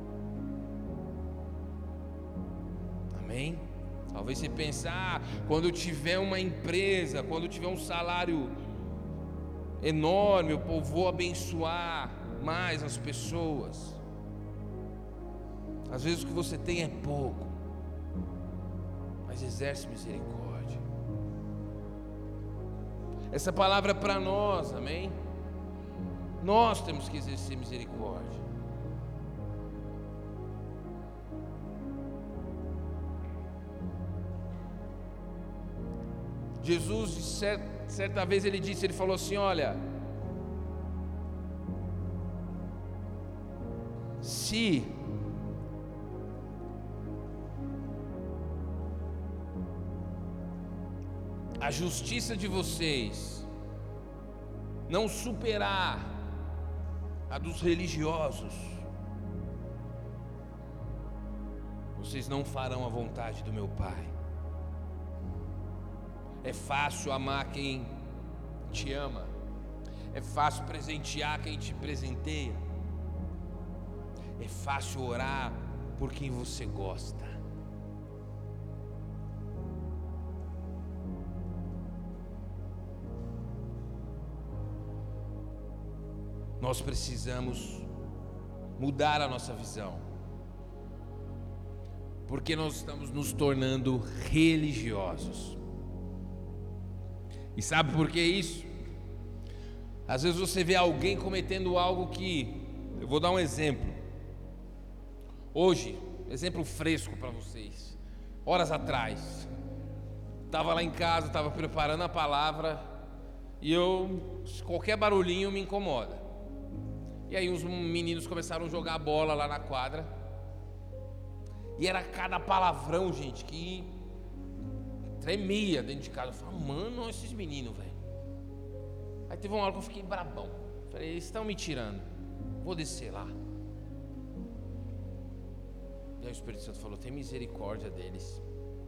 Amém? Talvez você pense, quando eu tiver uma empresa, quando eu tiver um salário enorme, eu vou abençoar mais as pessoas. Às vezes o que você tem é pouco, mas exerce misericórdia. Essa palavra é para nós, amém? Nós temos que exercer misericórdia. Jesus, certa vez ele falou assim: olha, se a justiça de vocês não superar a dos religiosos, vocês não farão a vontade do meu Pai. É fácil amar quem te ama, é fácil presentear quem te presenteia, é fácil orar por quem você gosta. Nós precisamos mudar a nossa visão, porque nós estamos nos tornando religiosos. E sabe por que isso? Às vezes você vê alguém cometendo algo que, eu vou dar um exemplo. Hoje, exemplo fresco para vocês. Horas atrás, estava lá em casa, estava preparando a palavra, e qualquer barulhinho me incomoda. E aí os meninos começaram a jogar bola lá na quadra, e era cada palavrão, gente, que tremia dentro de casa. Eu falei, mano, esses meninos, velho. Aí teve uma hora que eu fiquei brabão. Falei, eles estão me tirando, vou descer lá. E aí o Espírito Santo falou, tem misericórdia deles,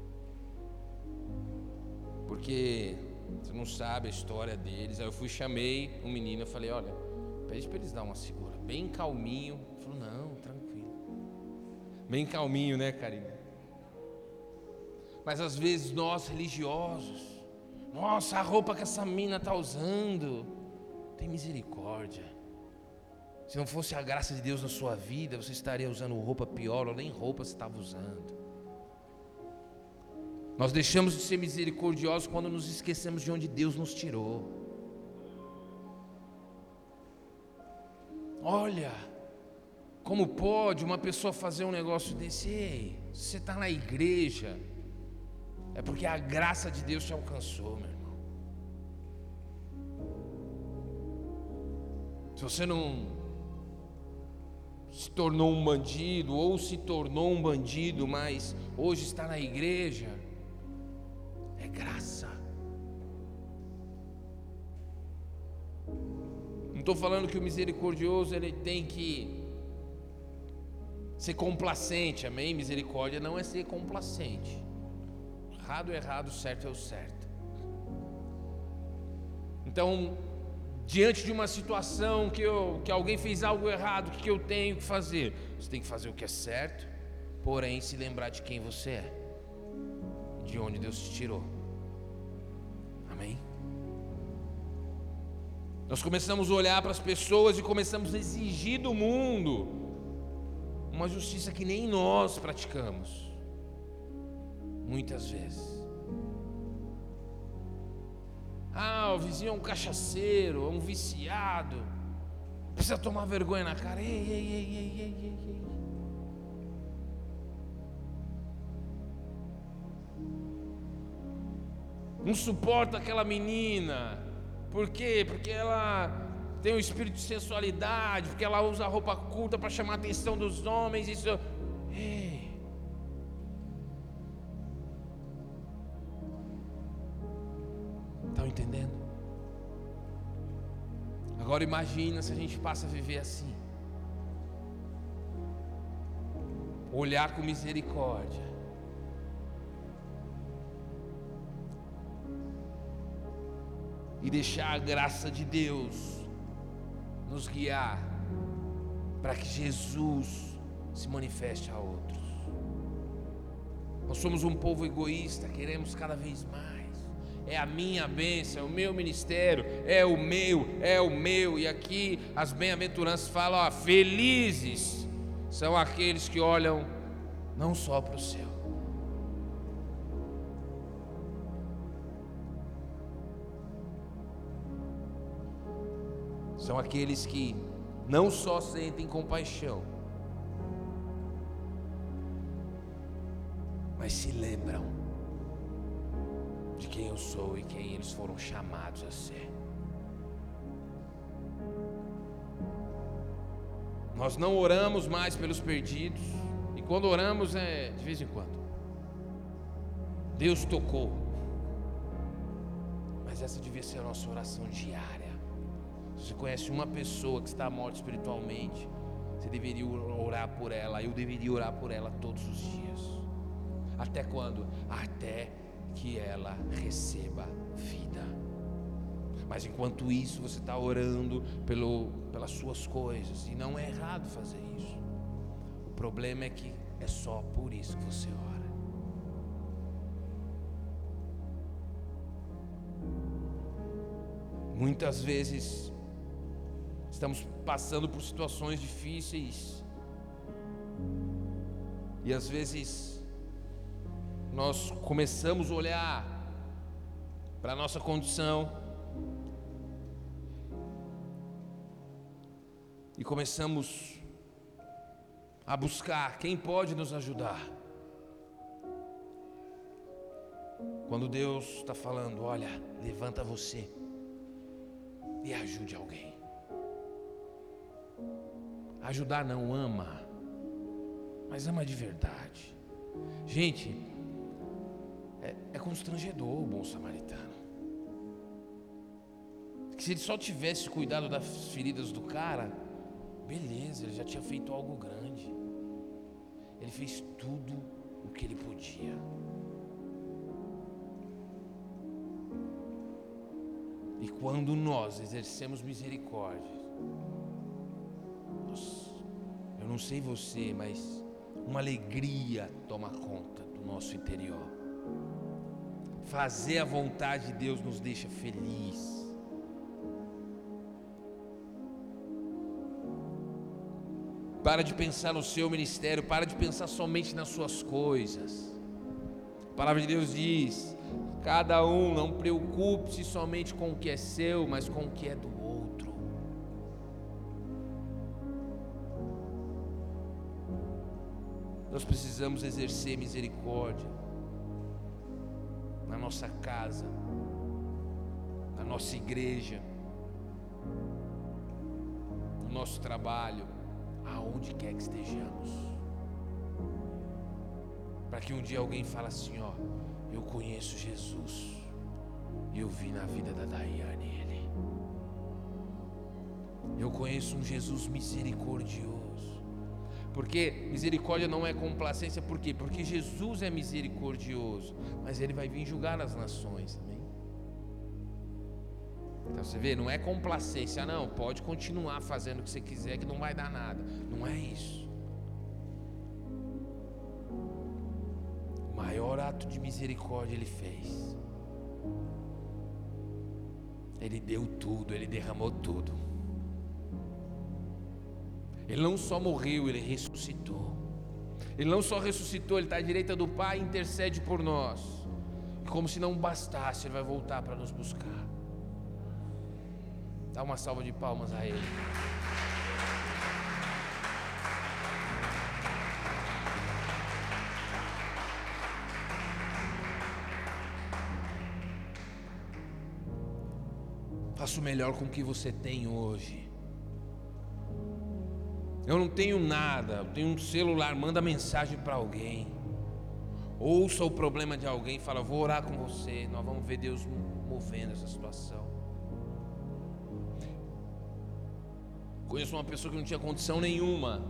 porque você não sabe a história deles. Aí eu chamei um menino, eu falei, olha, pede para eles dar uma segura, bem calminho. Ele falou, não, tranquilo. Bem calminho, né, Karina? Mas às vezes nós religiosos, nossa, a roupa que essa mina está usando, tem misericórdia. Se não fosse a graça de Deus na sua vida, você estaria usando roupa pior, ou nem roupa você estava usando. Nós deixamos de ser misericordiosos quando nos esquecemos de onde Deus nos tirou. Olha, como pode uma pessoa fazer um negócio desse? Ei, você está na igreja, é porque a graça de Deus te alcançou, meu irmão. Se você não se tornou um bandido, ou se tornou um bandido, mas hoje está na igreja, é graça. Não estou falando que o misericordioso ele tem que ser complacente, amém? Misericórdia não é ser complacente. Errado é errado, certo é o certo. Então, diante de uma situação que alguém fez algo errado, o que eu tenho que fazer? Você tem que fazer o que é certo, porém se lembrar de quem você é, de onde Deus te tirou. Amém? Nós começamos a olhar para as pessoas e começamos a exigir do mundo uma justiça que nem nós praticamos, muitas vezes. O vizinho é um cachaceiro, é um viciado, precisa tomar vergonha na cara. Ei. Não suporta aquela menina. Por quê? Porque ela tem um espírito de sensualidade, porque ela usa roupa curta para chamar a atenção dos homens. Isso. Ei. Estão entendendo? Agora imagina se a gente passa a viver assim. Olhar com misericórdia. E deixar a graça de Deus nos guiar para que Jesus se manifeste a outros. Nós somos um povo egoísta, queremos cada vez mais. É a minha bênção, é o meu ministério, é o meu. E aqui as bem-aventuranças falam, felizes são aqueles que olham não só para o céu. São aqueles que não só sentem compaixão, mas se lembram de quem eu sou e quem eles foram chamados a ser. Nós não oramos mais pelos perdidos, e quando oramos é de vez em quando. Deus tocou, mas essa devia ser a nossa oração diária. Se você conhece uma pessoa que está morta espiritualmente, você deveria orar por ela. Eu deveria orar por ela todos os dias. Até quando? Até que ela receba vida. Mas enquanto isso, você está orando pelas suas coisas, e não é errado fazer isso. O problema é que é só por isso que você ora. Muitas vezes estamos passando por situações difíceis, e às vezes nós começamos a olhar para a nossa condição e começamos a buscar quem pode nos ajudar, quando Deus está falando, olha, levanta você e ajude alguém. Ajudar não ama, mas ama de verdade. Gente, é constrangedor o bom samaritano. Que se ele só tivesse cuidado das feridas do cara, beleza, ele já tinha feito algo grande. Ele fez tudo o que ele podia. E quando nós exercemos misericórdia, eu não sei você, mas uma alegria toma conta do nosso interior. Fazer a vontade de Deus nos deixa feliz. Para de pensar no seu ministério, para de pensar somente nas suas coisas. A palavra de Deus diz: cada um não preocupe-se somente com o que é seu, mas com o que é do outro. Nós precisamos exercer misericórdia na nossa casa, na nossa igreja, no nosso trabalho, aonde quer que estejamos, para que um dia alguém fale assim, eu conheço Jesus, e eu vi na vida da Daiane ele. Eu conheço um Jesus misericordioso. Porque misericórdia não é complacência. Por quê? Porque Jesus é misericordioso, mas ele vai vir julgar as nações também. Então você vê, não é complacência, não, pode continuar fazendo o que você quiser que não vai dar nada. Não é isso. O maior ato de misericórdia ele fez. Ele deu tudo, Ele derramou tudo. Ele não só morreu, Ele ressuscitou. Ele não só ressuscitou, Ele está à direita do Pai e intercede por nós. E como se não bastasse, Ele vai voltar para nos buscar. Dá uma salva de palmas a Ele. Faça o melhor com o que você tem hoje. Eu não tenho nada, eu tenho um celular, manda mensagem para alguém. Ouça o problema de alguém e fala: vou orar com você, nós vamos ver Deus movendo essa situação. Conheço uma pessoa que não tinha condição nenhuma.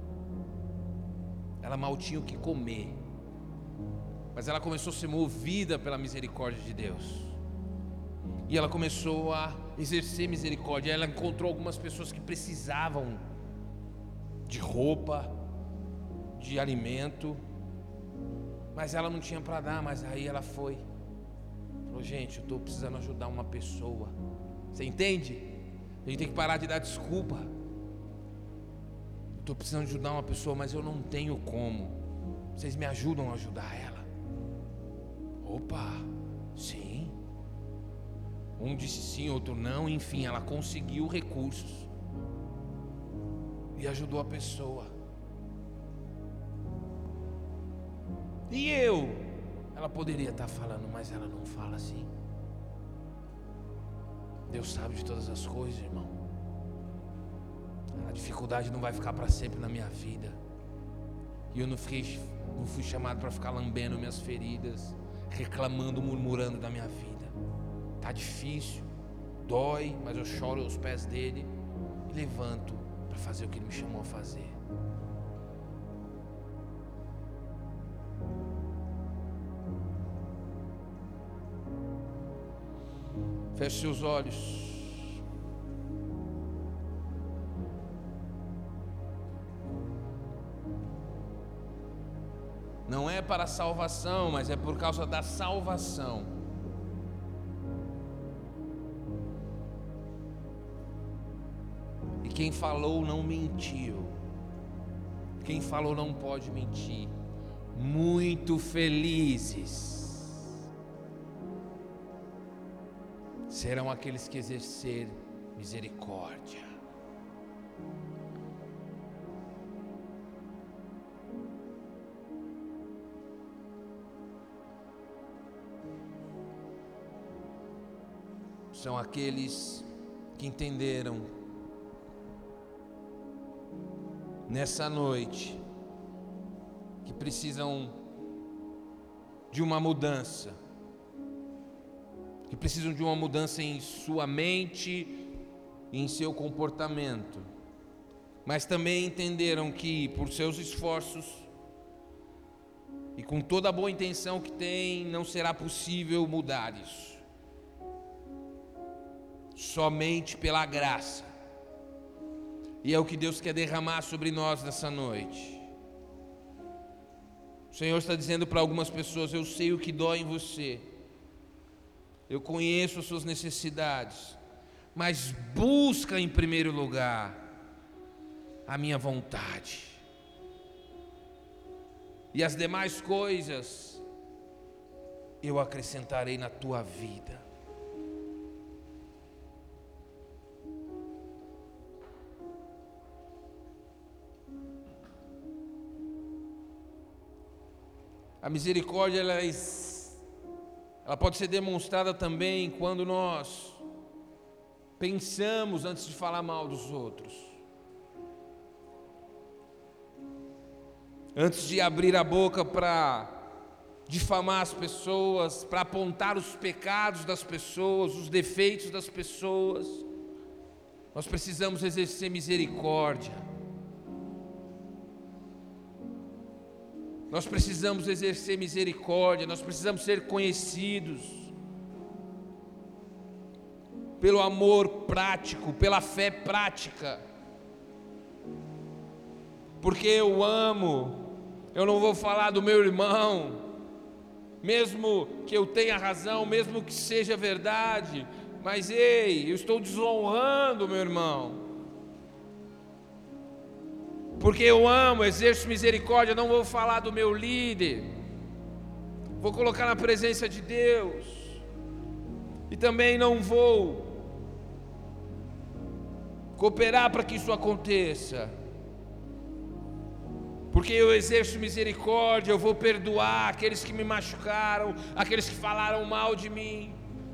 Ela mal tinha o que comer. Mas ela começou a ser movida pela misericórdia de Deus. E ela começou a exercer misericórdia. Ela encontrou algumas pessoas que precisavam de roupa, de alimento, mas ela não tinha para dar. Mas aí ela foi, falou: gente, eu estou precisando ajudar uma pessoa. Você entende? A gente tem que parar de dar desculpa. Eu estou precisando ajudar uma pessoa, mas eu não tenho como. Vocês me ajudam a ajudar ela? Opa, sim. Um disse sim, outro não. Enfim, ela conseguiu recursos e ajudou a pessoa. E ela poderia estar falando, mas ela não fala assim. Deus sabe de todas as coisas, irmão. A dificuldade não vai ficar para sempre na minha vida. E eu não fui chamado para ficar lambendo minhas feridas, reclamando, murmurando da minha vida. Tá difícil, dói, mas eu choro aos pés dele e levanto para fazer o que ele me chamou a fazer. Feche seus olhos. Não é para a salvação, mas é por causa da salvação. E quem falou não mentiu. Quem falou não pode mentir. Muito felizes serão aqueles que exercer misericórdia. São aqueles que entenderam nessa noite que precisam de uma mudança, que precisam de uma mudança em sua mente e em seu comportamento, mas também entenderam que por seus esforços e com toda a boa intenção que tem, não será possível mudar isso. Somente pela graça. E é o que Deus quer derramar sobre nós nessa noite. O Senhor está dizendo para algumas pessoas: eu sei o que dói em você, eu conheço as suas necessidades, mas busca em primeiro lugar a minha vontade, e as demais coisas eu acrescentarei na tua vida. A misericórdia ela pode ser demonstrada também quando nós pensamos antes de falar mal dos outros, antes de abrir a boca para difamar as pessoas, para apontar os pecados das pessoas, os defeitos das pessoas. Nós precisamos exercer misericórdia. Nós precisamos exercer misericórdia, nós precisamos ser conhecidos pelo amor prático, pela fé prática. Porque eu amo, eu não vou falar do meu irmão, mesmo que eu tenha razão, mesmo que seja verdade, Mas ei, eu estou desonrando, meu irmão. Porque eu amo, exerço misericórdia, não vou falar do meu líder. Vou colocar na presença de Deus. E também não vou cooperar para que isso aconteça. Porque eu exerço misericórdia, eu vou perdoar aqueles que me machucaram, aqueles que falaram mal de mim.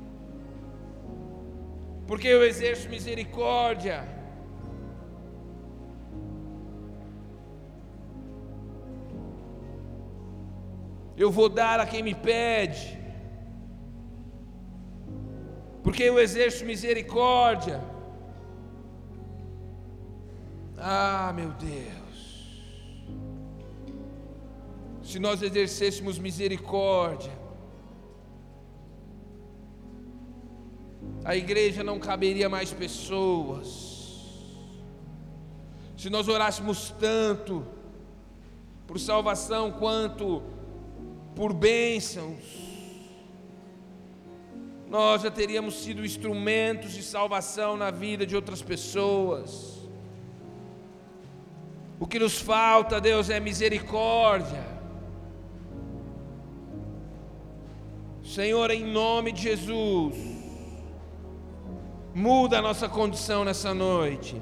Porque eu exerço misericórdia, eu vou dar a quem me pede. Porque eu exerço misericórdia. Ah, meu Deus, se nós exercêssemos misericórdia, a igreja não caberia mais pessoas. Se nós orássemos tanto por salvação quanto por bênçãos, nós já teríamos sido instrumentos de salvação na vida de outras pessoas. O que nos falta, Deus, é misericórdia. Senhor, em nome de Jesus, muda a nossa condição nessa noite.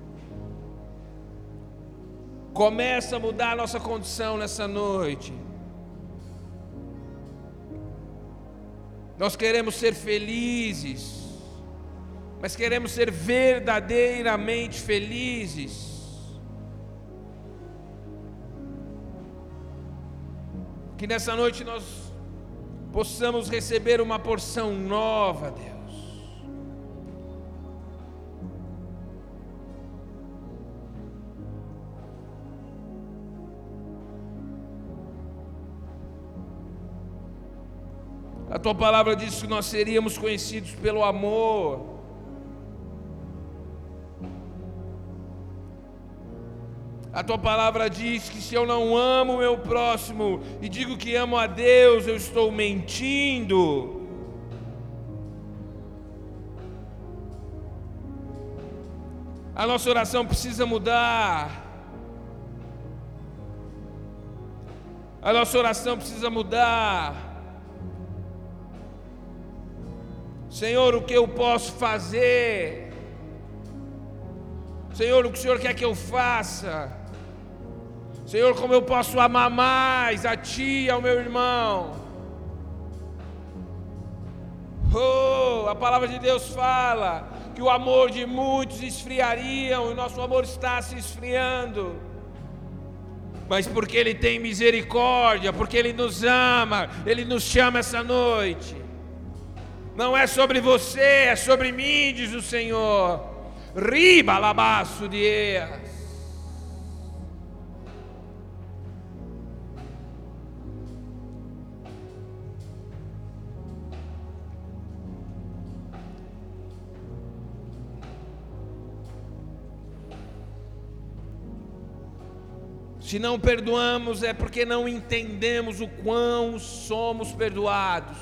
Começa a mudar a nossa condição nessa noite. Nós queremos ser felizes, mas queremos ser verdadeiramente felizes. Que nessa noite nós possamos receber uma porção nova, Deus. A tua palavra diz que nós seríamos conhecidos pelo amor. A tua palavra diz que se eu não amo o meu próximo e digo que amo a Deus, eu estou mentindo. A nossa oração precisa mudar. A nossa oração precisa mudar. Senhor, o que eu posso fazer? Senhor, o que o Senhor quer que eu faça? Senhor, como eu posso amar mais a Ti e ao meu irmão? Oh, a palavra de Deus fala que o amor de muitos esfriaria, e o nosso amor está se esfriando. Mas porque Ele tem misericórdia, porque Ele nos ama, Ele nos chama essa noite. Não é sobre você, é sobre mim, diz o Senhor. Riba labaço de eas. Se não perdoamos é porque não entendemos o quão somos perdoados.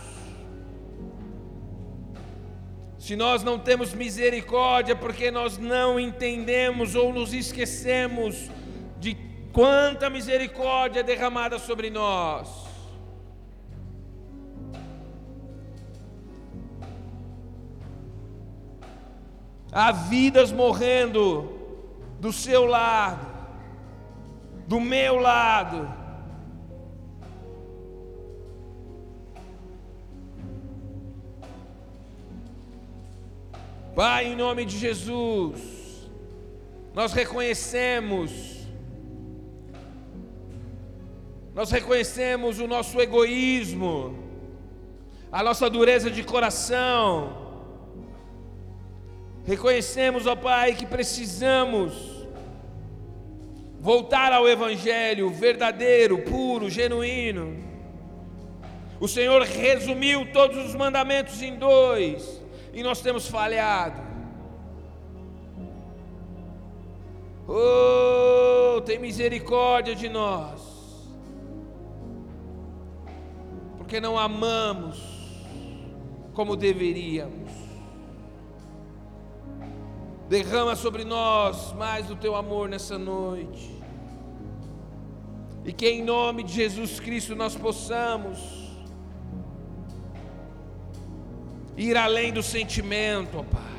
Se nós não temos misericórdia é porque nós não entendemos ou nos esquecemos de quanta misericórdia é derramada sobre nós. Há vidas morrendo do seu lado, do meu lado. Pai, em nome de Jesus, nós reconhecemos o nosso egoísmo, a nossa dureza de coração. Reconhecemos, ó Pai, que precisamos voltar ao Evangelho verdadeiro, puro, genuíno. O Senhor resumiu todos os mandamentos em 2 e nós temos falhado. Oh, tem misericórdia de nós, porque não amamos como deveríamos. Derrama sobre nós mais do teu amor nessa noite. E que em nome de Jesus Cristo nós possamos ir além do sentimento, ó Pai.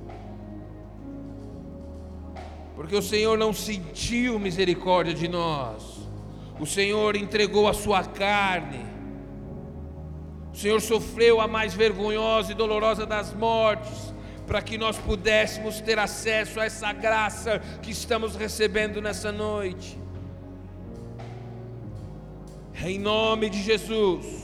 Porque o Senhor não sentiu misericórdia de nós. O Senhor entregou a sua carne. O Senhor sofreu a mais vergonhosa e dolorosa das mortes, para que nós pudéssemos ter acesso a essa graça que estamos recebendo nessa noite. Em nome de Jesus.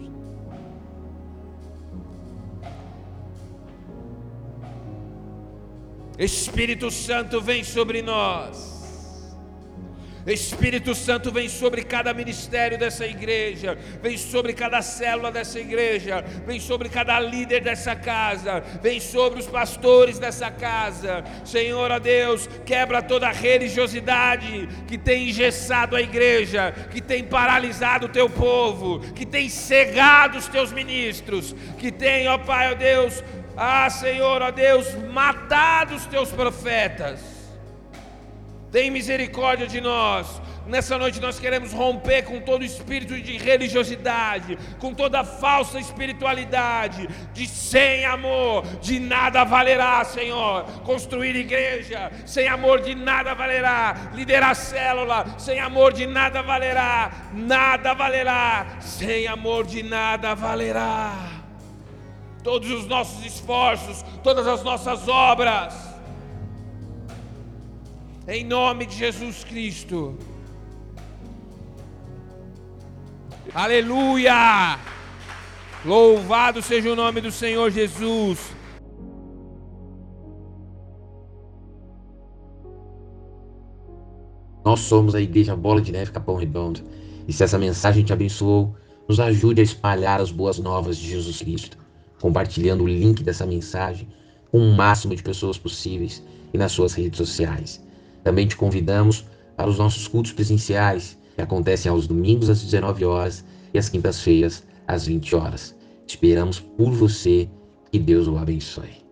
Espírito Santo vem sobre nós. Espírito Santo vem sobre cada ministério dessa igreja, vem sobre cada célula dessa igreja, vem sobre cada líder dessa casa, vem sobre os pastores dessa casa. Senhor, ó Deus, quebra toda a religiosidade que tem engessado a igreja, que tem paralisado o teu povo, que tem cegado os teus ministros, que tem, ó Pai, ó Deus, Senhor, ó Deus, matado os teus profetas. Tem misericórdia de nós. Nessa noite nós queremos romper com todo espírito de religiosidade, com toda falsa espiritualidade, de sem amor, de nada valerá, Senhor. Construir igreja, sem amor de nada valerá. Liderar célula, sem amor de nada valerá. Nada valerá, sem amor de nada valerá. Todos os nossos esforços, todas as nossas obras, em nome de Jesus Cristo. Aleluia! Louvado seja o nome do Senhor Jesus.
Nós somos a Igreja Bola de Neve Capão Redondo. E se essa mensagem te abençoou, nos ajude a espalhar as boas novas de Jesus Cristo, compartilhando o link dessa mensagem com o máximo de pessoas possíveis e nas suas redes sociais. Também te convidamos para os nossos cultos presenciais, que acontecem aos domingos às 19 horas e às quintas-feiras às 20 horas. Esperamos por você, que Deus o abençoe.